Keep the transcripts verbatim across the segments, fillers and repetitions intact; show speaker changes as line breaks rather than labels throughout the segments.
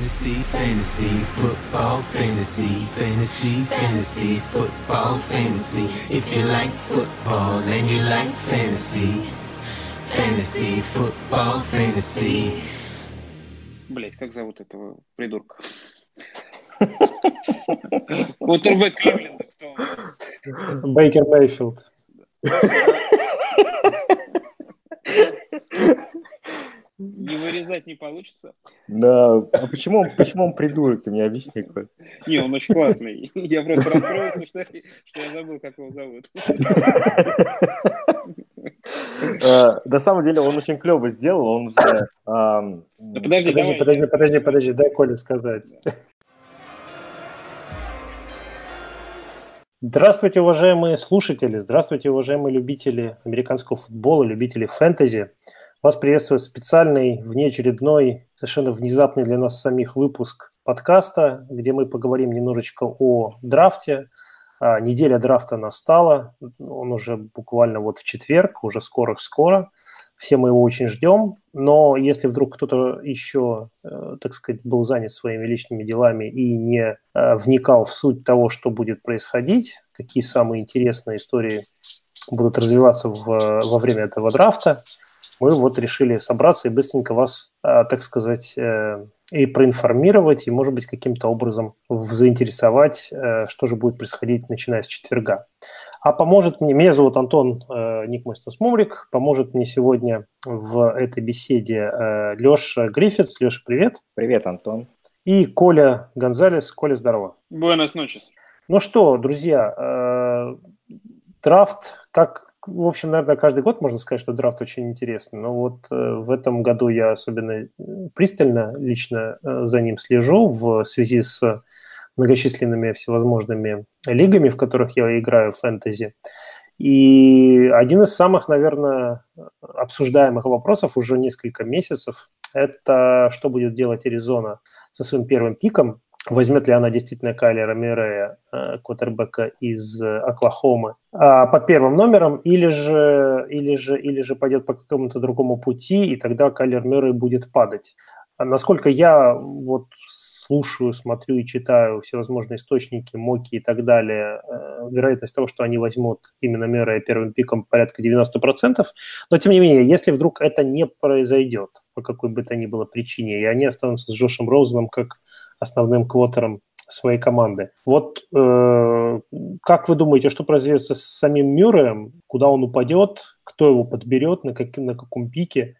Fantasy, fantasy, football, fantasy, fantasy, fantasy, football, fantasy. If you like football and you like fantasy, fantasy, football, fantasy.
Блять, как зовут этого придурка? Квотербек Кливленда, кто он?
Бейкер Мейфилд.
Не вырезать не получится.
Да, а почему, почему он придурок, ты мне объясни.
Не, он очень классный. Я просто расстроился, что, что я забыл, как его зовут.
На самом деле он очень клево сделал, он же...
Подожди,
Подожди, подожди, подожди, подожди, дай Коле сказать. Здравствуйте, уважаемые слушатели, здравствуйте, уважаемые любители американского футбола, любители фэнтези. Вас приветствует специальный, внеочередной, совершенно внезапный для нас самих выпуск подкаста, где мы поговорим немножечко о драфте. А, неделя драфта настала, он уже буквально вот в четверг, уже скоро-скоро. Все мы его очень ждем, но если вдруг кто-то еще, э, так сказать, был занят своими личными делами и не э, вникал в суть того, что будет происходить, какие самые интересные истории будут развиваться в, во время этого драфта, мы вот решили собраться и быстренько вас, э, так сказать, э, и проинформировать, и, может быть, каким-то образом заинтересовать, э, что же будет происходить, начиная с четверга. А поможет мне, меня зовут Антон, э, ник мой снус Мумрик, поможет мне сегодня в этой беседе э, Леша Гриффитс. Леша, привет.
Привет, Антон.
И Коля Гонзалес. Коля, здорово.
Buenas noches.
Ну что, друзья, э, драфт, как, в общем, наверное, каждый год можно сказать, что драфт очень интересный, но вот э, в этом году я особенно пристально лично э, за ним слежу в связи с многочисленными всевозможными лигами, в которых я играю в фэнтези. И один из самых, наверное, обсуждаемых вопросов уже несколько месяцев – это что будет делать Аризона со своим первым пиком. Возьмет ли она действительно Кайлера Мюррея, квотербека из Оклахомы, под первым номером, или же, или же, или же пойдет по какому-то другому пути, и тогда Кайлер Мюррей будет падать. Насколько я вот слушаю, смотрю и читаю всевозможные источники, моки и так далее, вероятность того, что они возьмут именно Мюррея первым пиком, порядка девяносто процентов. Но, тем не менее, если вдруг это не произойдет по какой бы то ни было причине, и они останутся с Джошем Роузеном как основным квотером своей команды. Вот э, как вы думаете, что произойдет с самим Мюрреем? Куда он упадет? Кто его подберет? На, как, на каком пике?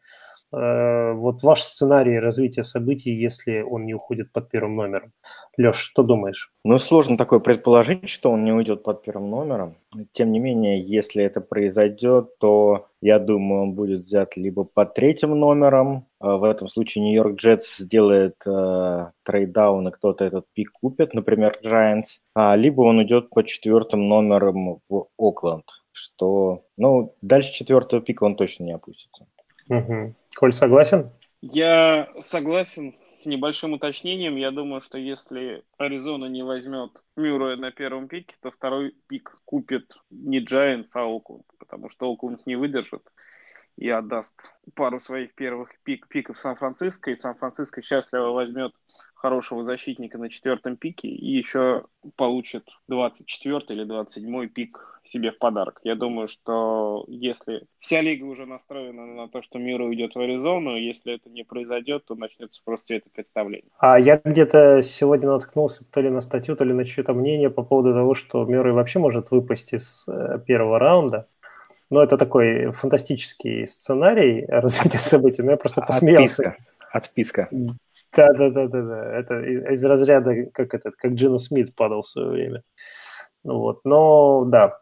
Вот ваш сценарий развития событий, если он не уходит под первым номером. Леш, что думаешь?
Ну, сложно такое предположить, что он не уйдет под первым номером. Тем не менее, если это произойдет, то, я думаю, он будет взят либо под третьим номером. В этом случае Нью-Йорк Джетс сделает э, трейдаун, и кто-то этот пик купит, например, Giants. А, либо он уйдет под четвертым номером в Окленд, что, ну, дальше четвертого пика он точно не опустится.
Угу. Коль, согласен?
Я согласен с небольшим уточнением. Я думаю, что если Аризона не возьмет Мюррея на первом пике, то второй пик купит не Giants, а Окленд, потому что Окленд не выдержит и отдаст пару своих первых пик, пиков Сан-Франциско, и Сан-Франциско счастливо возьмет хорошего защитника на четвертом пике и еще получит двадцать четвёртый или двадцать седьмой пик себе в подарок. Я думаю, что если вся лига уже настроена на то, что Мюррей уйдет в Аризону, если это не произойдет, то начнется просто светопредставление.
А я где-то сегодня наткнулся то ли на статью, то ли на чье-то мнение по поводу того, что Мюррей вообще может выпасть из первого раунда. Ну, это такой фантастический сценарий развития событий, но я просто посмеялся.
Отписка.
Да-да-да-да. Это из разряда, как этот, как Джино Смит падал в свое время. Ну вот, но да,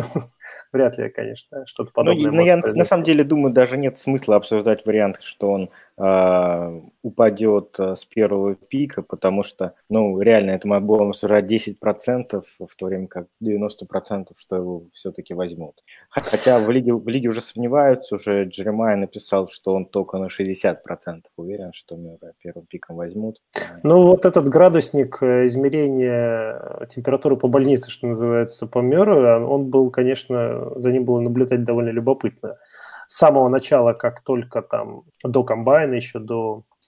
вряд ли, конечно, что-то подобное.
Ну, я на самом деле думаю, даже нет смысла обсуждать вариант, что он э, упадет с первого пика, потому что, ну, реально, это мы будем обсуждать десять процентов, в то время как девяносто процентов, что его все-таки возьмут. Хотя в лиге, в лиге уже сомневаются, уже Джеремайя написал, что он только на шестьдесят процентов уверен, что Мюррея первым пиком возьмут.
Ну, вот этот градусник измерения температуры по больнице, что называется, по Мюррею, он был, конечно, за ним было наблюдать довольно любопытно. С самого начала, как только там до комбайна, еще до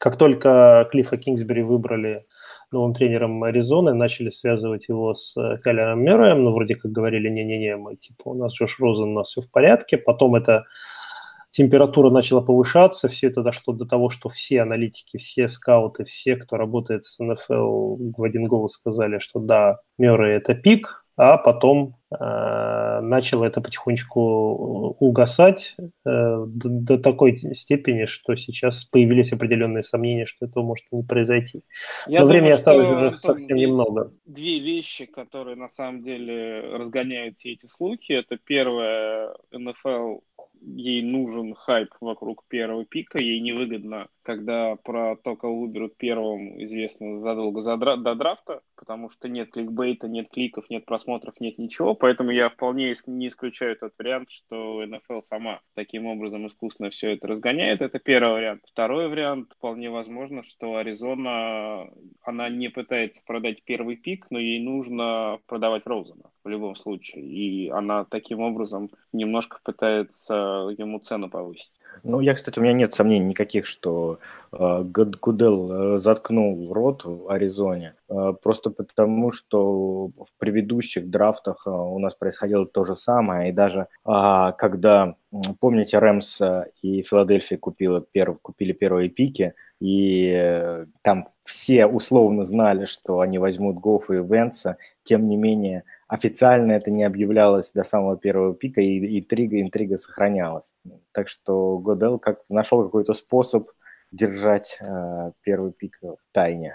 как только Клиффа Кингсбери выбрали новым тренером Аризоны, начали связывать его с Кайлером Мюрреем, ну, вроде как говорили, не-не-не, мы, типа, у нас Джош Розен, у нас все в порядке. Потом эта температура начала повышаться, все это дошло до того, что все аналитики, все скауты, все, кто работает с эн эф эл, в один голос сказали, что да, Мюррей – это пик, а потом э, начало это потихонечку угасать э, до, до такой степени, что сейчас появились определенные сомнения, что этого может не произойти.
Я
Но
думаю,
времени осталось
что,
уже
Антон,
совсем
есть
немного.
две вещи, которые на самом деле разгоняют все эти слухи. Это первое, эн эф эл, ей нужен хайп вокруг первого пика, ей невыгодно, когда про то, кого выберут первым, известно задолго за дра- до драфта, потому что нет кликбейта, нет кликов, нет просмотров, нет ничего, поэтому я вполне не исключаю тот вариант, что эн эф эл сама таким образом искусственно все это разгоняет. Это первый вариант. Второй вариант, вполне возможно, что Аризона, она не пытается продать первый пик, но ей нужно продавать Роузена в любом случае, и она таким образом немножко пытается ему цену повысить.
Ну, я, кстати, у меня нет сомнений никаких, что э, Гудел э, заткнул рот в Аризоне, э, просто потому, что в предыдущих драфтах э, у нас происходило то же самое, и даже э, когда, помните, Рэмс и Филадельфия купила перв, купили первые пики, и э, там все условно знали, что они возьмут Гоффа и Венца, тем не менее официально это не объявлялось до самого первого пика, и интрига, интрига сохранялась. Так что Годел как-то нашел какой-то способ держать э, первый пик в тайне.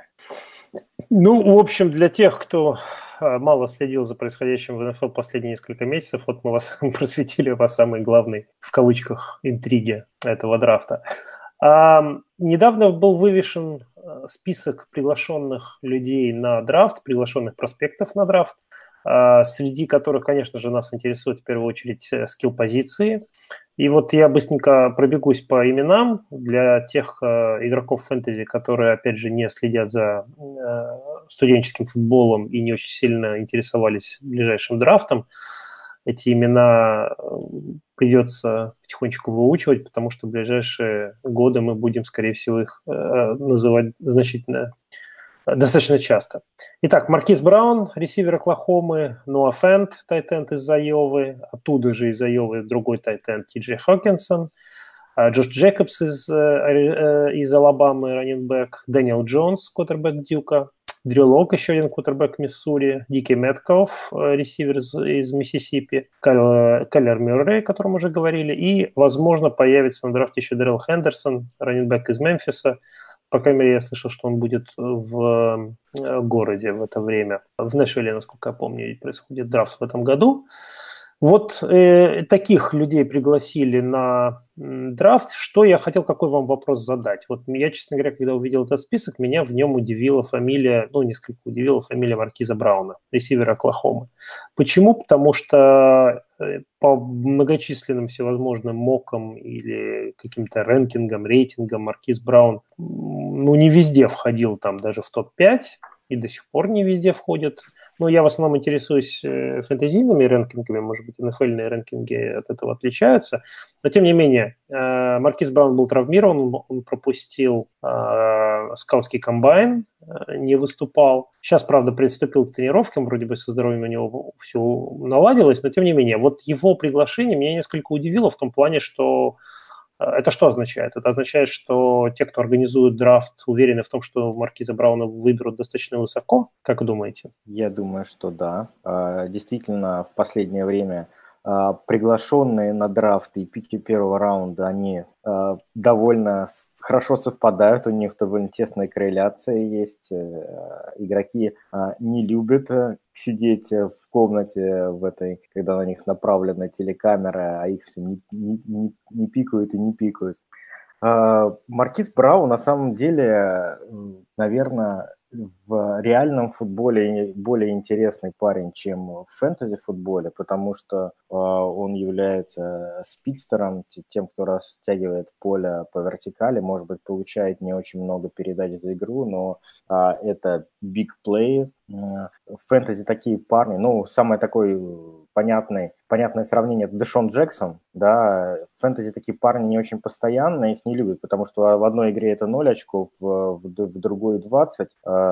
Ну, в общем, для тех, кто мало следил за происходящим в эн эф эл последние несколько месяцев, вот мы вас просветили по самой главной, в кавычках, интриге этого драфта. А, недавно был вывешен список приглашенных людей на драфт, приглашенных проспектов на драфт, а, среди которых, конечно же, нас интересует в первую очередь скилл-позиции. И вот я быстренько пробегусь по именам для тех э, игроков фэнтези, которые, опять же, не следят за э, студенческим футболом и не очень сильно интересовались ближайшим драфтом. Эти имена придется потихонечку выучивать, потому что в ближайшие годы мы будем, скорее всего, их э, называть значительно, достаточно часто. Итак, Маркиз Браун, ресивер Оклахомы, Ноа Фент, тайтенд из Айовы, оттуда же из Айовы другой тайтенд Ти Джей Хокинсон, Джош Джейкобс из, из Алабамы, раннинбэк, Дэниел Джонс, квотербэк Дьюка, Дрю Лок, еще один квотербэк Миссури, Дики Меткалф, ресивер из, из Миссисипи, Кайлер Мюррей, о котором уже говорили, и, возможно, появится на драфте еще Дэрил Хендерсон, раннинбэк из Мемфиса. По крайней мере, я слышал, что он будет в городе в это время. В Нэшвилле, насколько я помню, происходит драфт в этом году. Вот э, таких людей пригласили на м, драфт. Что я хотел, какой вам вопрос задать? Вот я, честно говоря, когда увидел этот список, меня в нем удивила фамилия, ну, несколько удивила фамилия Маркиза Брауна, ресивера Оклахомы. Почему? Потому что э, по многочисленным всевозможным мокам или каким-то рэнкингам, рейтингам Маркиз Браун, ну, не везде входил там даже в топ пять и до сих пор не везде входит. Ну, я в основном интересуюсь фэнтезийными рэнкингами, может быть, эн эф эль-ные рэнкинги от этого отличаются, но, тем не менее, Маркиз Браун был травмирован, он пропустил э, скаутский комбайн, не выступал. Сейчас, правда, приступил к тренировкам, вроде бы со здоровьем у него все наладилось, но, тем не менее, вот его приглашение меня несколько удивило в том плане, что это что означает? Это означает, что те, кто организует драфт, уверены в том, что Маркиза Брауна выберут достаточно высоко? Как вы думаете?
Я думаю, что да. Действительно, в последнее время приглашенные на драфт и пики первого раунда, они довольно хорошо совпадают, у них довольно тесная корреляция есть. Игроки не любят сидеть в комнате в этой, когда на них направлена телекамера, а их все не, не, не, не пикают и не пикают. Маркиз Браун на самом деле, наверное, в реальном футболе более интересный парень, чем в фэнтези-футболе, потому что э, он является спидстером, тем, кто растягивает поле по вертикали, может быть, получает не очень много передач за игру, но э, это big play. Э, в фэнтези такие парни, ну, самый такой понятный понятное сравнение, это Дэшон Джексон, да, в фэнтези такие парни не очень постоянно, их не любят, потому что в одной игре это ноль очков, в, в, в другую двадцать,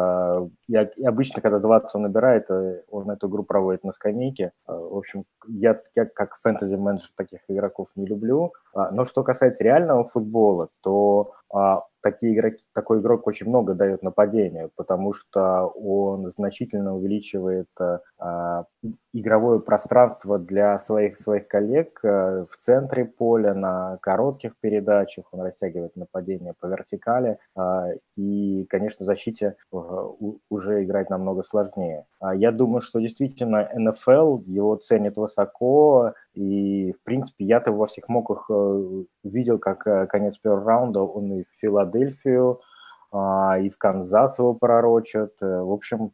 и, и обычно, когда двадцать он набирает, он эту игру проводит на скамейке. В общем, я, я как фэнтези-менеджер таких игроков не люблю, но что касается реального футбола, то такие игроки, такой игрок очень много дает нападению, потому что он значительно увеличивает а, игровое пространство для своих, своих коллег а, в центре поля, на коротких передачах, он растягивает нападение по вертикали, а, и, конечно, в защите а, у, уже играть намного сложнее. А я думаю, что действительно эн эф эл его ценит высоко, и, в принципе, я-то во всех моках видел, как конец первого раунда он и в Филадельфию, и в Канзас его пророчат. В общем,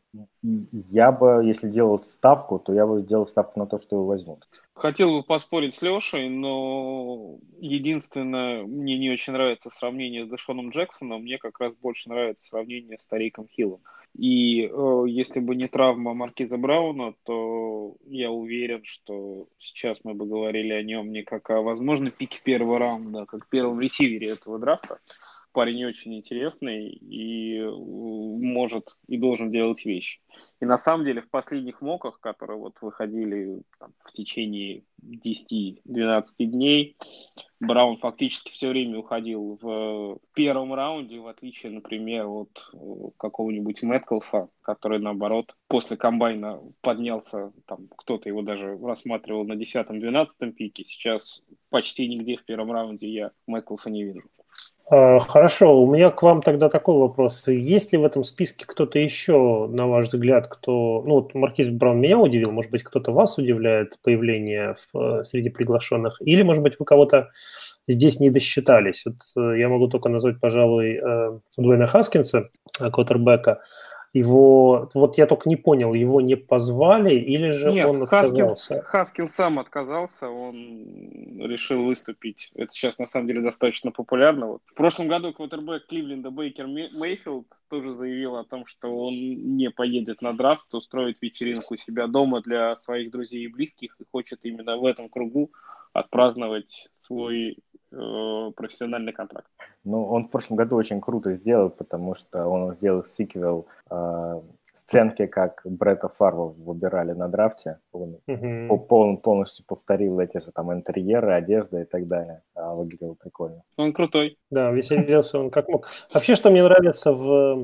я бы, если делал ставку, то я бы сделал ставку на то, что его возьмут.
Хотел бы поспорить с Лешей, но единственное, мне не очень нравится сравнение с Дэшоном Джексоном, мне как раз больше нравится сравнение с Тариком Хиллом. И э, если бы не травма Маркиза Брауна, то я уверен, что сейчас мы бы говорили о нем не как о, возможно, пике первого раунда, а как первом ресивере этого драфта. Парень очень интересный и может и должен делать вещи. И на самом деле в последних моках, которые вот выходили там, в течение десяти-двенадцати дней, Браун фактически все время уходил в первом раунде, в отличие, например, от какого-нибудь Мэткалфа, который, наоборот, после комбайна поднялся, там кто-то его даже рассматривал на десятом-двенадцатом пике. Сейчас почти нигде в первом раунде я Мэткалфа не вижу.
Хорошо, у меня к вам тогда такой вопрос. Есть ли в этом списке кто-то еще, на ваш взгляд, кто... Ну, вот Маркиз Браун меня удивил, может быть, кто-то вас удивляет появление в, среди приглашенных? Или, может быть, вы кого-то здесь не досчитались? Вот я могу только назвать, пожалуй, Дуэйна Хаскинса, квотербека. Его, вот я только не понял, его не позвали или же
Нет,
он отказался?
Нет, Хаскинс сам отказался, он решил выступить. Это сейчас на самом деле достаточно популярно. Вот. В прошлом году квотербек Кливленда Бейкер Мейфилд тоже заявил о том, что он не поедет на драфт, устроит вечеринку у себя дома для своих друзей и близких и хочет именно в этом кругу отпраздновать свой э, профессиональный контракт.
Ну, он в прошлом году очень круто сделал, потому что он сделал сиквел э, сценки, как Бретта Фарва выбирали на драфте. Он uh-huh. пол, полностью повторил эти же там интерьеры, одежда и так далее. А, выглядело прикольно.
Он крутой.
Да, веселился он как мог. Вообще, что мне нравится в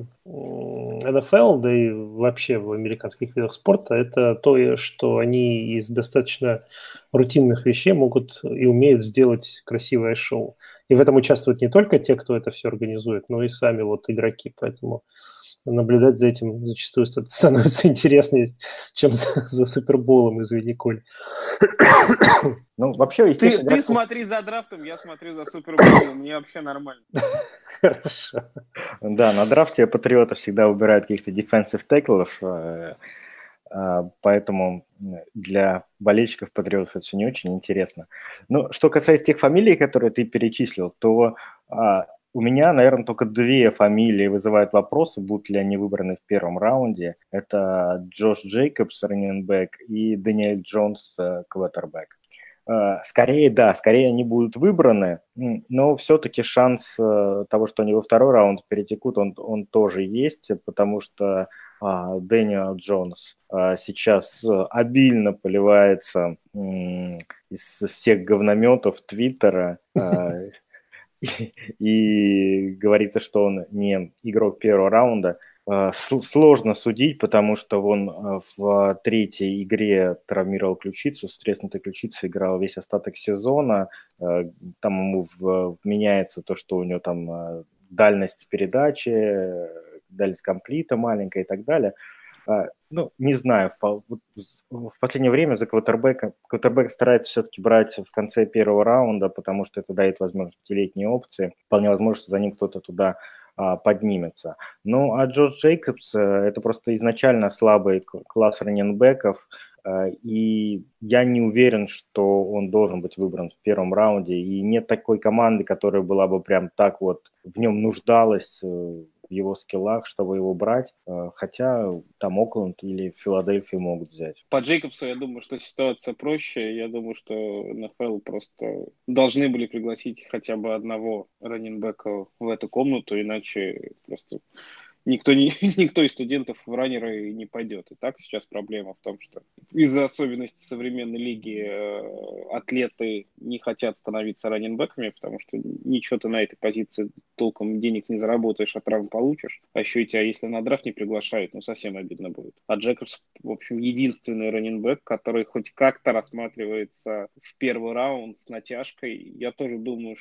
эн эф эл, да и вообще в американских видах спорта, это то, что они из достаточно рутинных вещей могут и умеют сделать красивое шоу. И в этом участвуют не только те, кто это все организует, но и сами вот игроки. Поэтому наблюдать за этим зачастую становится интереснее, чем за, за Суперболом, извини, Коль.
Ну, вообще,
ты, игроков... ты смотри за драфтом, я смотрю за Суперболом, мне вообще нормально.
Хорошо.
Да, на драфте патриоты всегда выбирают каких-то defensive tackle'ов, поэтому для болельщиков патриотов это все не очень интересно. Но что касается тех фамилий, которые ты перечислил, то у меня, наверное, только две фамилии вызывают вопросы, будут ли они выбраны в первом раунде. Это Джош Джейкобс, раннинбэк, и Дэниэль Джонс, квотербэк. Скорее, да, скорее они будут выбраны, но все-таки шанс того, что они во второй раунд перетекут, он, он тоже есть, потому что а, Дэниэл Джонс а, сейчас обильно поливается м, из всех говнометов Твиттера, а, и, и говорится, что он не игрок первого раунда. Сложно судить, потому что он в третьей игре травмировал ключицу, с треснутой ключицей играл весь остаток сезона. Там ему вменяется то, что у него там дальность передачи, дальность комплита маленькая и так далее. Ну, не знаю, в последнее время за квотербека, квотербек старается все-таки брать в конце первого раунда, потому что это дает возможность пятилетней опции. Вполне возможно, что за ним кто-то туда поднимется. Ну, а Джош Джейкобс – это просто изначально слабый класс раннинбэков, и я не уверен, что он должен быть выбран в первом раунде, и нет такой команды, которая была бы прям так вот в нем нуждалась, в его скиллах, чтобы его брать, хотя там Окленд или Филадельфию могут взять.
По Джейкобсу я думаю, что ситуация проще. Я думаю, что эн эф эл просто должны были пригласить хотя бы одного раннинбека в эту комнату, иначе просто никто, не, никто из студентов в раннеры не пойдет. И так сейчас проблема в том, что из-за особенностей современной лиги э, атлеты не хотят становиться раннинбеками, потому что ничего ты на этой позиции толком денег не заработаешь, а травм получишь. А еще и тебя, если на драфт не приглашают, ну совсем обидно будет. А Джейкобс, в общем, единственный раннинбек, который хоть как-то рассматривается в первый раунд с натяжкой. Я тоже думаю,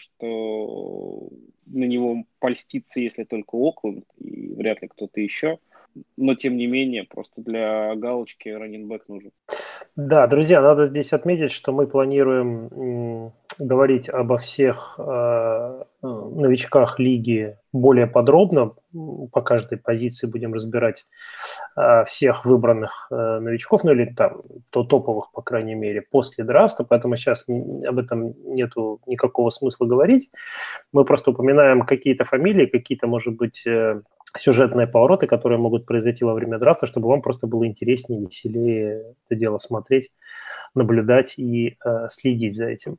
что на него польстится, если только Окленд, и вряд ли кто-то еще. Но, тем не менее, просто для галочки раннинбэк нужен.
Да, друзья, надо здесь отметить, что мы планируем м, говорить обо всех э, новичках лиги более подробно. По каждой позиции будем разбирать э, всех выбранных э, новичков, ну или там то топовых, по крайней мере, после драфта. Поэтому сейчас об этом нету никакого смысла говорить. Мы просто упоминаем какие-то фамилии, какие-то, может быть, э, сюжетные повороты, которые могут произойти во время драфта, чтобы вам просто было интереснее, веселее это дело смотреть, наблюдать и э, следить за этим.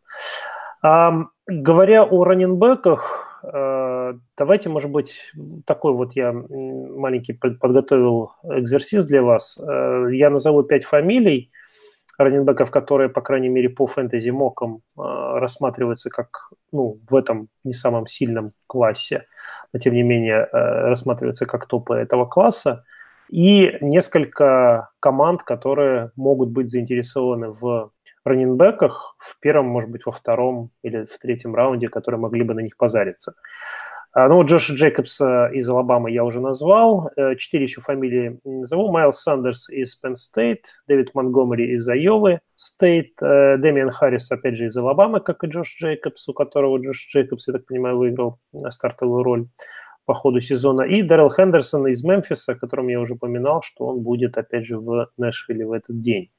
А, говоря о раннинбеках, э, давайте, может быть, такой вот я маленький подготовил экзерсис для вас. Э, я назову пять фамилий раннинбеков, которые, по крайней мере, по фэнтези-мокам э, рассматриваются как, ну, в этом не самом сильном классе, но, тем не менее, э, рассматриваются как топы этого класса, и несколько команд, которые могут быть заинтересованы в раннинбеках в первом, может быть, во втором или в третьем раунде, которые могли бы на них позариться. Ну, Джоша Джейкобса из Алабамы я уже назвал. Четыре еще фамилии назову. Майлз Сандерс из Penn State, Дэвид Монтгомери из Айовы Стейт, Дэмиан Харрис, опять же, из Алабамы, как и Джош Джейкобс, у которого Джош Джейкобс, я так понимаю, выиграл стартовую роль по ходу сезона. И Дэрил Хендерсон из Мемфиса, о котором я уже упоминал, что он будет, опять же, в Нэшвилле в этот день.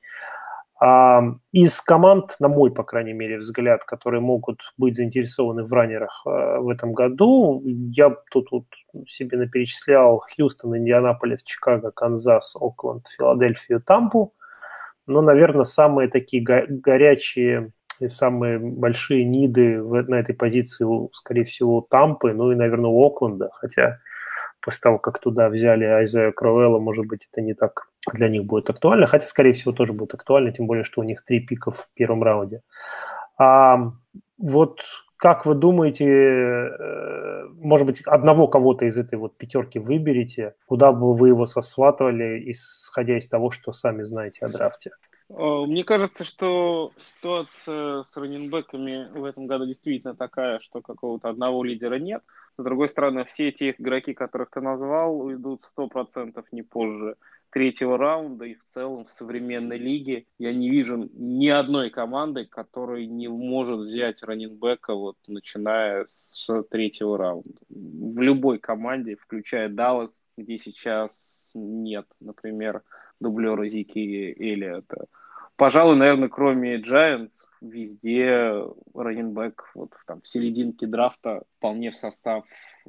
Из команд, на мой, по крайней мере, взгляд, которые могут быть заинтересованы в раннерах в этом году, я тут вот себе наперечислял Хьюстон, Индианаполис, Чикаго, Канзас, Окленд, Филадельфию, Тампу. Но, наверное, самые такие горячие и самые большие ниды на этой позиции, скорее всего, Тампы, ну и, наверное, у Окленда, хотя после того, как туда взяли Айзея Кроуэлла, может быть, это не так для них будет актуально, хотя, скорее всего, тоже будет актуально, тем более, что у них три пика в первом раунде. А вот как вы думаете, может быть, одного кого-то из этой вот пятерки выберете, куда бы вы его сосватывали, исходя из того, что сами знаете о драфте?
Мне кажется, что ситуация с раннинбеками в этом году действительно такая, что какого-то одного лидера нет. С другой стороны, все эти игроки, которых ты назвал, уйдут сто процентов не позже третьего раунда. И в целом в современной лиге я не вижу ни одной команды, которая не может взять раннинбека, вот, начиная с третьего раунда. В любой команде, включая Даллас, где сейчас нет, например, дублера Зики Эллиота. Пожалуй, наверное, кроме Giants, везде раннинбэк вот там в серединке драфта вполне в состав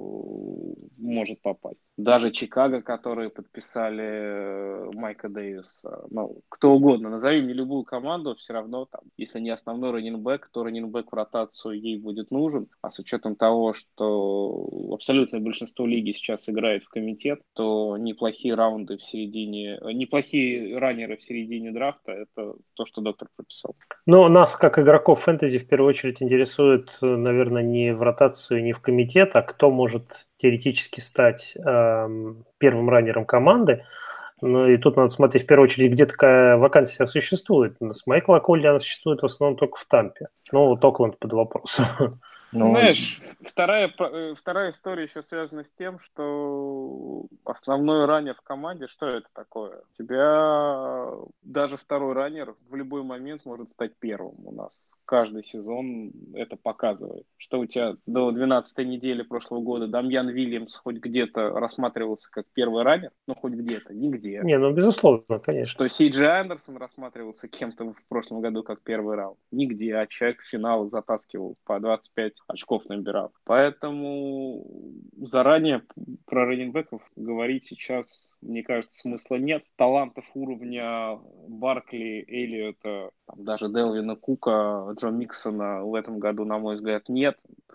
может попасть. Даже Чикаго, которые подписали Майка Дэвиса, ну, кто угодно, назови мне любую команду, все равно там, если не основной раннинбэк, то раннинбэк в ротацию ей будет нужен. А с учетом того, что абсолютное большинство лиги сейчас играет в комитет, то неплохие раунды в середине, неплохие раннеры в середине драфта, это то, что доктор прописал.
Но нас, как игроков фэнтези, в первую очередь интересует, наверное, не в ротацию, не в комитет, а кто может теоретически стать э, первым раннером команды. Ну и тут надо смотреть, в первую очередь, где такая вакансия существует. С Майкла Колли она существует в основном только в Тампе. Ну, вот Окленд под вопросом.
Ну, знаешь, вторая, вторая история еще связана с тем, что основной раннер в команде, что это такое? У тебя даже второй раннер в любой момент может стать первым. У нас каждый сезон это показывает. Что у тебя до двенадцатой недели прошлого года Дамьян Вильямс хоть где-то рассматривался как первый раннер, ну хоть где-то, нигде.
Не, ну безусловно, конечно.
Что Си Джей Андерсон рассматривался кем-то в прошлом году как первый раунд. Нигде, а человек в финал затаскивал, по двадцать пять очков набирал. Поэтому заранее про раннинбеков говорить сейчас, мне кажется, смысла нет. Талантов уровня Баркли, Эллиота, там, даже Делвина Кука, Джо Миксона в этом году, на мой взгляд, нет.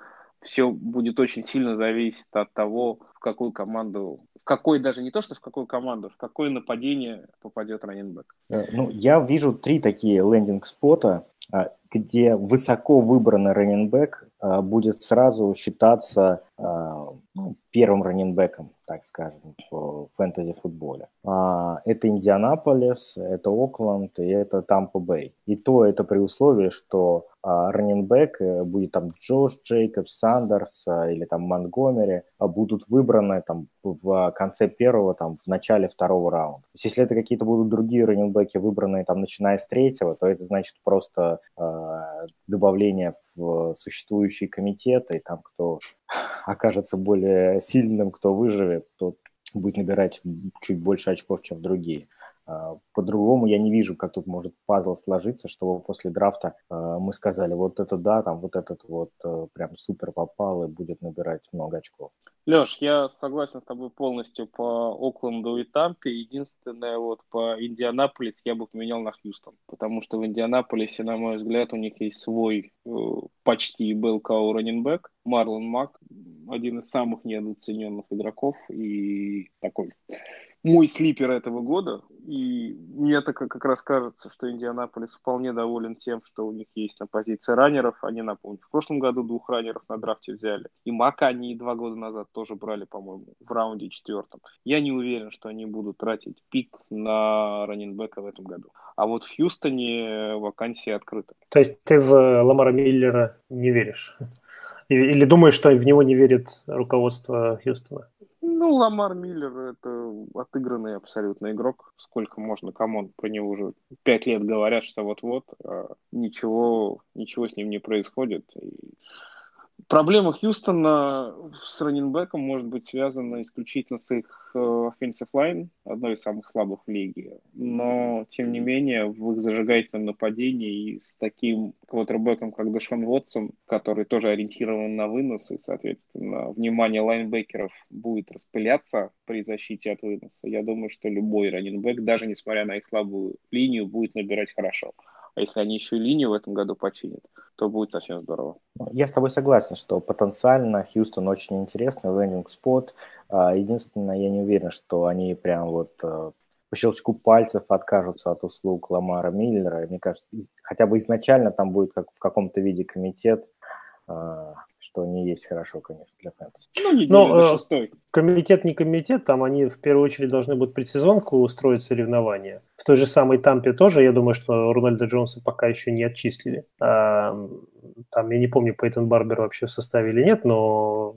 Все будет очень сильно зависеть от того, в какую команду, в какой даже не то, что в какую команду, в какое нападение попадет раннинбэк.
Ну, я вижу три такие лендинг-спота, где высоко выбранный раннинбэк будет сразу считаться ну, первым раннинбэком, так скажем, в фэнтези-футболе. Это Индианаполис, это Окленд и это Тампа-Бэй. И то это при условии, что раннинбэк будет там Джош Джейкобс, Сандерс или там Монтгомери будут выбраны там в конце первого, там в начале второго раунда. То есть, если это какие-то будут другие раннинбэки, выбранные там начиная с третьего, то это значит просто э, добавление в существующие комитеты, и там кто окажется более сильным, кто выживет, тот будет набирать чуть больше очков, чем другие. По-другому я не вижу, как тут может пазл сложиться, чтобы после драфта э, мы сказали, вот это да, там вот этот вот э, прям супер попал и будет набирать много очков.
Леш, я согласен с тобой полностью по Окленду и Тампе. Единственное, вот по Индианаполис я бы поменял на Хьюстон, потому что в Индианаполисе, на мой взгляд, у них есть свой э, почти белкау раннинбэк. Марлон Мак, один из самых недооцененных игроков и такой мой слипер этого года. И мне так как раз кажется, что Индианаполис вполне доволен тем, что у них есть на позиции раннеров. Они, напомню, в прошлом году двух раннеров на драфте взяли. И Мака они два года назад тоже брали, по-моему, в раунде четвертом. Я не уверен, что они будут тратить пик на раннинбека в этом году. А вот в Хьюстоне вакансия открыта.
То есть ты в Ламара Миллера не веришь? Или думаешь, что в него не верит руководство Хьюстона?
Ну, Ламар Миллер – это отыгранный абсолютно игрок. Сколько можно, камон, про него уже пять лет говорят, что вот-вот, а ничего, ничего с ним не происходит. И проблема Хьюстона с раннинбэком может быть связана исключительно с их offensive line, одной из самых слабых в лиге. Но, тем не менее, в их зажигательном нападении с таким квотербэком, как Дэшон Уотсон, который тоже ориентирован на вынос, и, соответственно, внимание лайнбекеров будет распыляться при защите от выноса, я думаю, что любой раннинбэк, даже несмотря на их слабую линию, будет набирать хорошо. А если они еще и линию в этом году починят, то будет совсем здорово.
Я с тобой согласен, что потенциально Хьюстон очень интересный лендинг-спот. Единственное, я не уверен, что они прям вот по щелчку пальцев откажутся от услуг Ламара Миллера. Мне кажется, хотя бы изначально там будет как в каком-то виде комитет, что не есть хорошо, конечно, для фэнтези.
Ну, не до шестой.
Комитет не комитет, там они в первую очередь должны будут предсезонку устроить соревнования. В той же самой Тампе тоже, я думаю, что Рональда Джонса пока еще не отчислили. А, там, я не помню, Пейтон Барбер вообще в составе или нет, но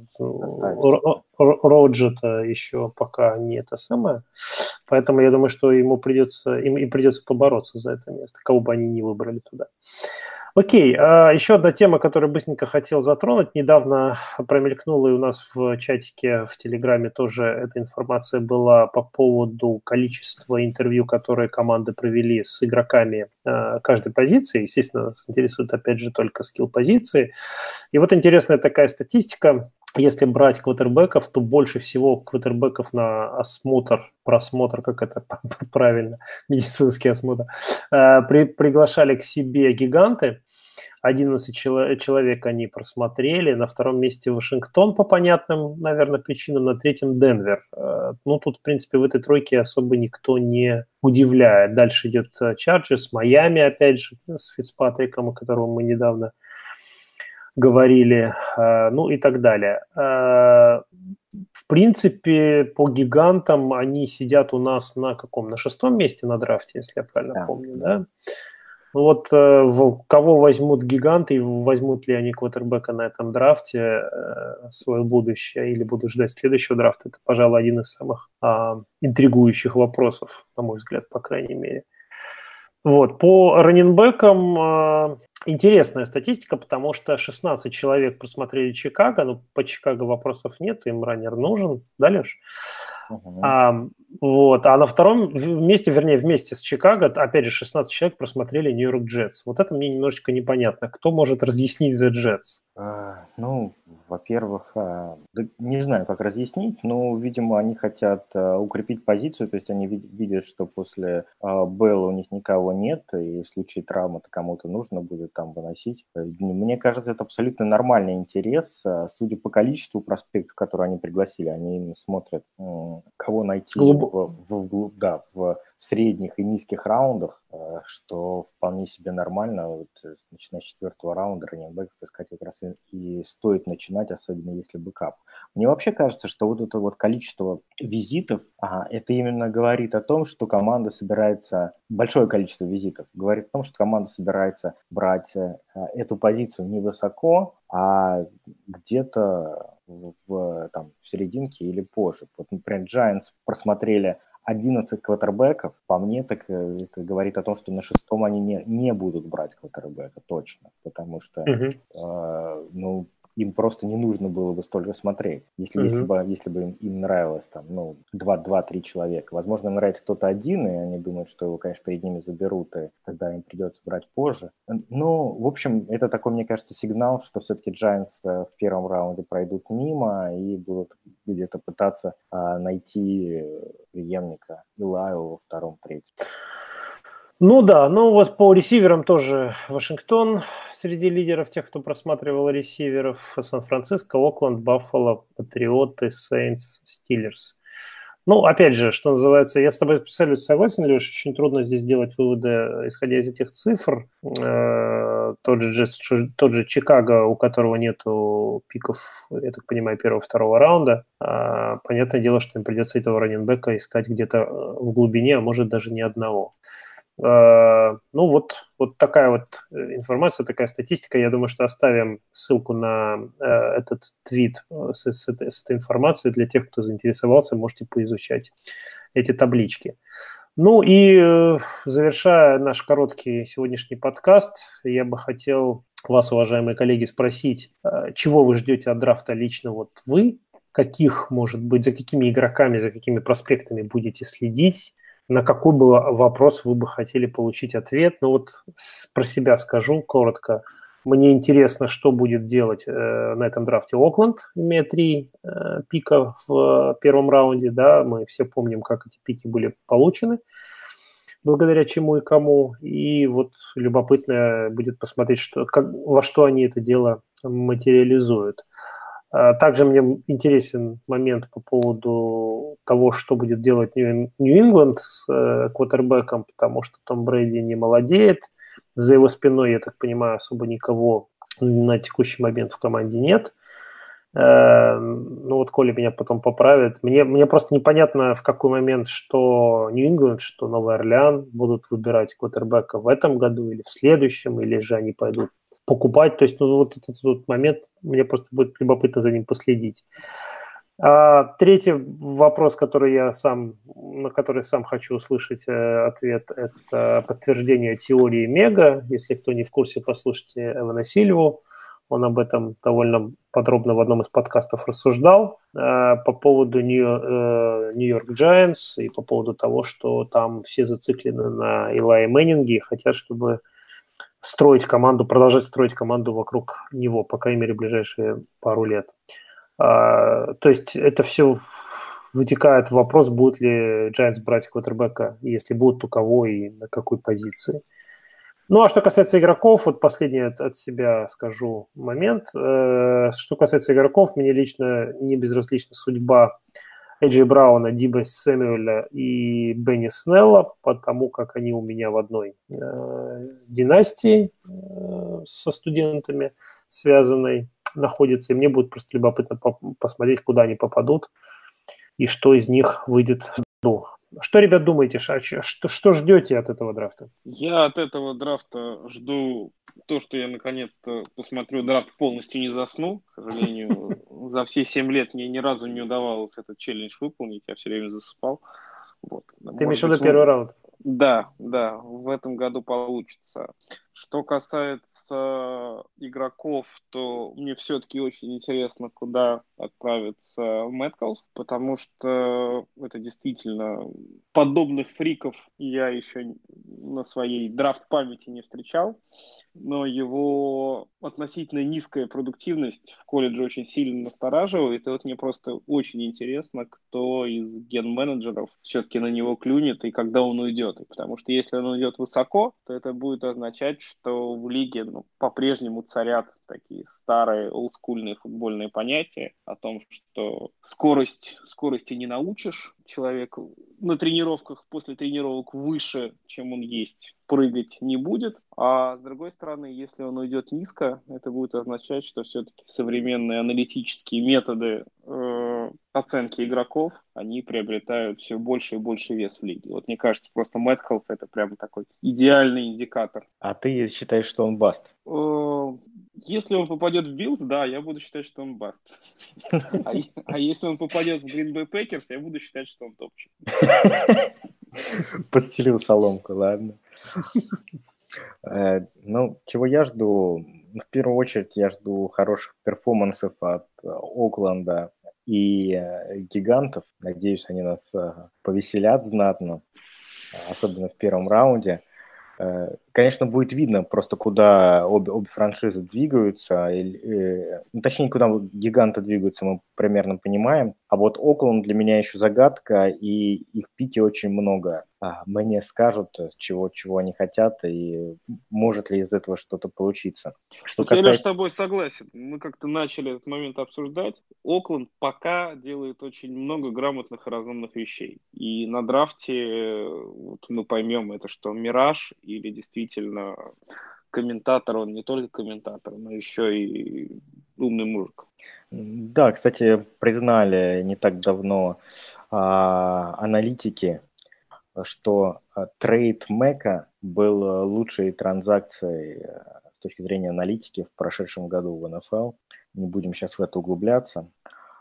Роджета еще пока не это самое. Поэтому я думаю, что ему придется, им, им придется побороться за это место, кого бы они ни выбрали туда. Окей, еще одна тема, которую быстренько хотел затронуть. Недавно промелькнула и у нас в чатике в Телеграме тоже эта информация была по поводу количества интервью, которые команды провели с игроками каждой позиции. Естественно, нас интересует опять же только скилл-позиции. И вот интересная такая статистика. Если брать квотербеков, то больше всего квотербеков на осмотр, просмотр, как это правильно, медицинский осмотр, при, приглашали к себе гиганты. одиннадцать человек они просмотрели. На втором месте Вашингтон по понятным, наверное, причинам. На третьем Денвер. Ну, тут, в принципе, в этой тройке особо никто не удивляет. Дальше идет Чарджерс, Майами, опять же, с Фицпатриком, о котором мы недавно говорили, ну и так далее. В принципе, по гигантам они сидят у нас на каком? На шестом месте на драфте, если я правильно
да,
помню,
да?
да? Вот э, в, кого возьмут гиганты, и возьмут ли они квотербека на этом драфте э, свое будущее, или будут ждать следующего драфта, это, пожалуй, один из самых э, интригующих вопросов, на мой взгляд, по крайней мере. Вот, по раннинбекам э, интересная статистика, потому что шестнадцать человек просмотрели Чикаго, но по Чикаго вопросов нет, им раннер нужен, да, Леш? Uh-huh. А, вот, а на втором месте, вернее, вместе с Чикаго, опять же, шестнадцать человек просмотрели Нью-Йорк Джетс. Вот это мне немножечко непонятно. Кто может разъяснить за Джетс?
Uh, ну, во-первых, uh, не знаю, как разъяснить, но, видимо, они хотят uh, укрепить позицию, то есть они вид- видят, что после uh, Белла у них никого нет, и в случае травмы-то кому-то нужно будет там выносить. Мне кажется, это абсолютно нормальный интерес. Судя по количеству проспектов, которые они пригласили, они именно смотрят, кого найти Глуб... в, в, в, да, в средних и низких раундах, что вполне себе нормально. Вот, начиная с четвертого раунда раннинбеков искать как раз и, и стоит начинать, особенно если бэкап. Мне вообще кажется, что вот это вот количество визитов, а, это именно говорит о том, что команда собирается, большое количество визитов, говорит о том, что команда собирается брать а, эту позицию не высоко, а где-то в, в, там, в серединке или позже. Вот, например, Giants просмотрели одиннадцать квотербеков. По мне, так это говорит о том, что на шестом они не, не будут брать квотербека, точно. Потому что uh-huh. э, ну, им просто не нужно было бы столько смотреть. Если, uh-huh. если бы, если бы им, им нравилось там, ну, два-три человека. Возможно, им нравится кто-то один, и они думают, что его, конечно, перед ними заберут, и тогда им придется брать позже. Ну, в общем, это такой, мне кажется, сигнал, что все-таки Giants в первом раунде пройдут мимо и будут где-то пытаться а, найти преемника Илаю во втором, третьем.
Ну да, ну вот по ресиверам тоже Вашингтон среди лидеров, тех, кто просматривал ресиверов, Сан-Франциско, Окленд, Баффало, Патриоты, Сейнтс, Стиллерс. Ну, опять же, что называется, я с тобой абсолютно согласен, Леш, очень трудно здесь делать выводы, исходя из этих цифр. Э, тот же, тот же Чикаго, у которого нету пиков, я так понимаю, первого-второго раунда, э, понятное дело, что им придется этого раннинбека искать где-то в глубине, а может даже ни одного. Uh, ну вот, вот такая вот информация, такая статистика. Я думаю, что оставим ссылку на uh, этот твит с, с, с этой информацией для тех, кто заинтересовался, можете поизучать эти таблички. Ну и uh, завершая наш короткий сегодняшний подкаст, я бы хотел вас, уважаемые коллеги, спросить, uh, чего вы ждете от драфта лично вот вы, каких, может быть, за какими игроками, за какими проспектами будете следить, на какой бы вопрос вы бы хотели получить ответ. Ну вот про себя скажу коротко. Мне интересно, что будет делать э, на этом драфте Окленд, имея три э, пика в э, первом раунде. Да, мы все помним, как эти пики были получены, благодаря чему и кому. И вот любопытно будет посмотреть, что, как, во что они это дело материализуют. Также мне интересен момент по поводу того, что будет делать Нью-Ингланд с э, квотербеком, потому что Том Брэди не молодеет. За его спиной, я так понимаю, особо никого на текущий момент в команде нет. Э, ну вот Коля меня потом поправит. Мне, мне просто непонятно, в какой момент, что Нью-Ингланд, что Новый Орлеан будут выбирать квотербека в этом году или в следующем, или же они пойдут покупать. То есть ну, вот этот вот момент, мне просто будет любопытно за ним последить. А, третий вопрос, который я сам, на который сам хочу услышать э, ответ, это подтверждение теории Мега. Если кто не в курсе, послушайте Эвана Сильву. Он об этом довольно подробно в одном из подкастов рассуждал э, по поводу Нью-Йорк Giants и по поводу того, что там все зациклены на Илае Мэннинге и хотят, чтобы строить команду, продолжать строить команду вокруг него, по крайней мере, в ближайшие пару лет. А, то есть это все вытекает в вопрос, будут ли Giants брать квотербека, если будут, то кого и на какой позиции. Ну, а что касается игроков, вот последний от, от себя скажу момент. Э, что касается игроков, мне лично не безразлична судьба Эйджей Брауна, Диба Сэмюэля и Бенни Снелла, потому как они у меня в одной э, династии э, со студентами связанной находятся, и мне будет просто любопытно по- посмотреть, куда они попадут и что из них выйдет в году. Что, ребят, думаете? Что, что ждете от этого драфта?
Я от этого драфта жду то, что я наконец-то посмотрю драфт, полностью не засну. К сожалению, за все семь лет мне ни разу не удавалось этот челлендж выполнить. Я все время засыпал. Вот.
Ты имеешь в виду первый раунд?
Да, да, в этом году получится. Что касается игроков, то мне все-таки очень интересно, куда отправится Мэткалф, потому что это действительно подобных фриков я еще на своей драфт-памяти не встречал, но его относительно низкая продуктивность в колледже очень сильно настораживает, и вот мне просто очень интересно, кто из ген-менеджеров все-таки на него клюнет и когда он уйдет, потому что если он уйдет высоко, то это будет означать, что в лиге ну, по-прежнему царят такие старые олдскульные футбольные понятия о том, что скорость, скорости не научишь. Человек на тренировках, после тренировок выше, чем он есть, прыгать не будет. А с другой стороны, если он уйдет низко, это будет означать, что все-таки современные аналитические методы э, оценки игроков, они приобретают все больше и больше вес в лиге. Вот мне кажется, просто Мэткалф это прямо такой идеальный индикатор.
А ты считаешь, что он баст?
Если он попадет в Биллс, да, я буду считать, что он баст. А, а если он попадет в Green Bay Packers, я буду считать, что он топчик.
Подстелил соломку, ладно. Ну, чего я жду? В первую очередь я жду хороших перформансов от Окленда и Гигантов. Надеюсь, они нас повеселят знатно, особенно в первом раунде. Конечно, будет видно просто, куда обе, обе франшизы двигаются, или, ну, точнее, куда гиганты двигаются, мы примерно понимаем. А вот Окленд для меня еще загадка, и их пики очень много. А, мне скажут, чего, чего они хотят, и может ли из этого что-то получиться. Что
вот
касается...
Я с тобой согласен. Мы как-то начали этот момент обсуждать. Окленд пока делает очень много грамотных и разумных вещей. И на драфте вот мы поймем, это что, мираж или действительно комментатор, он не только комментатор, но еще и умный мужик.
Да, кстати, признали не так давно а, аналитики, что а, трейд Мэка был лучшей транзакцией а, с точки зрения аналитики в прошедшем году в эн эф эл. Не будем сейчас в это углубляться.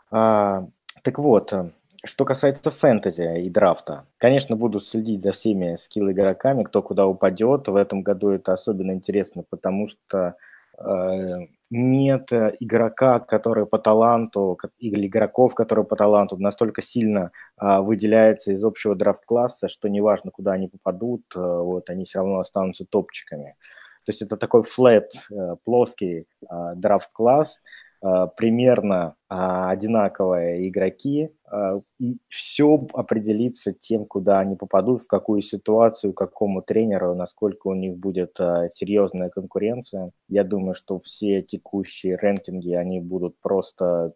А, так вот, что касается фэнтези и драфта, конечно, буду следить за всеми скилл-игроками, кто куда упадет. В этом году это особенно интересно, потому что э, нет игрока, который по таланту, или игроков, которые по таланту настолько сильно э, выделяются из общего драфт-класса, что неважно, куда они попадут, э, вот, они все равно останутся топчиками. То есть это такой флэт, э, плоский э, драфт-класс, примерно а, одинаковые игроки, а, и все определится тем, куда они попадут, в какую ситуацию, какому тренеру, насколько у них будет а, серьезная конкуренция. Я думаю, что все текущие рэнкинги, они будут просто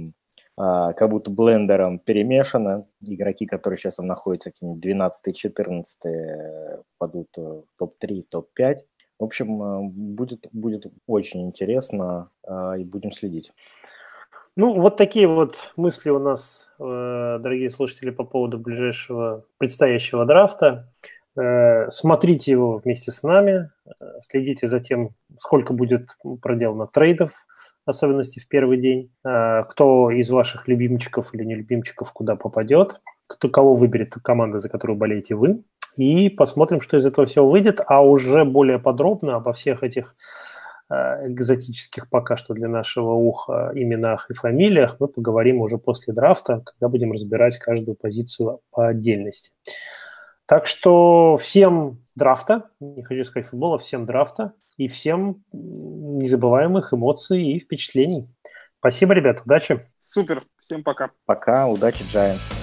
а, как будто блендером перемешаны. Игроки, которые сейчас там находятся какие-нибудь двенадцатый-четырнадцатый, попадут в топ три, топ пять. В общем, будет, будет очень интересно, и будем следить.
Ну, вот такие вот мысли у нас, дорогие слушатели, по поводу ближайшего предстоящего драфта. Смотрите его вместе с нами, следите за тем, сколько будет проделано трейдов, в особенности в первый день, кто из ваших любимчиков или нелюбимчиков куда попадет, кто кого выберет команда, за которую болеете вы. И посмотрим, что из этого всего выйдет, а уже более подробно обо всех этих э, экзотических пока что для нашего уха именах и фамилиях мы поговорим уже после драфта, когда будем разбирать каждую позицию по отдельности. Так что всем драфта, не хочу сказать футбола, всем драфта и всем незабываемых эмоций и впечатлений. Спасибо, ребят, удачи.
Супер, всем пока.
Пока, удачи, Giants.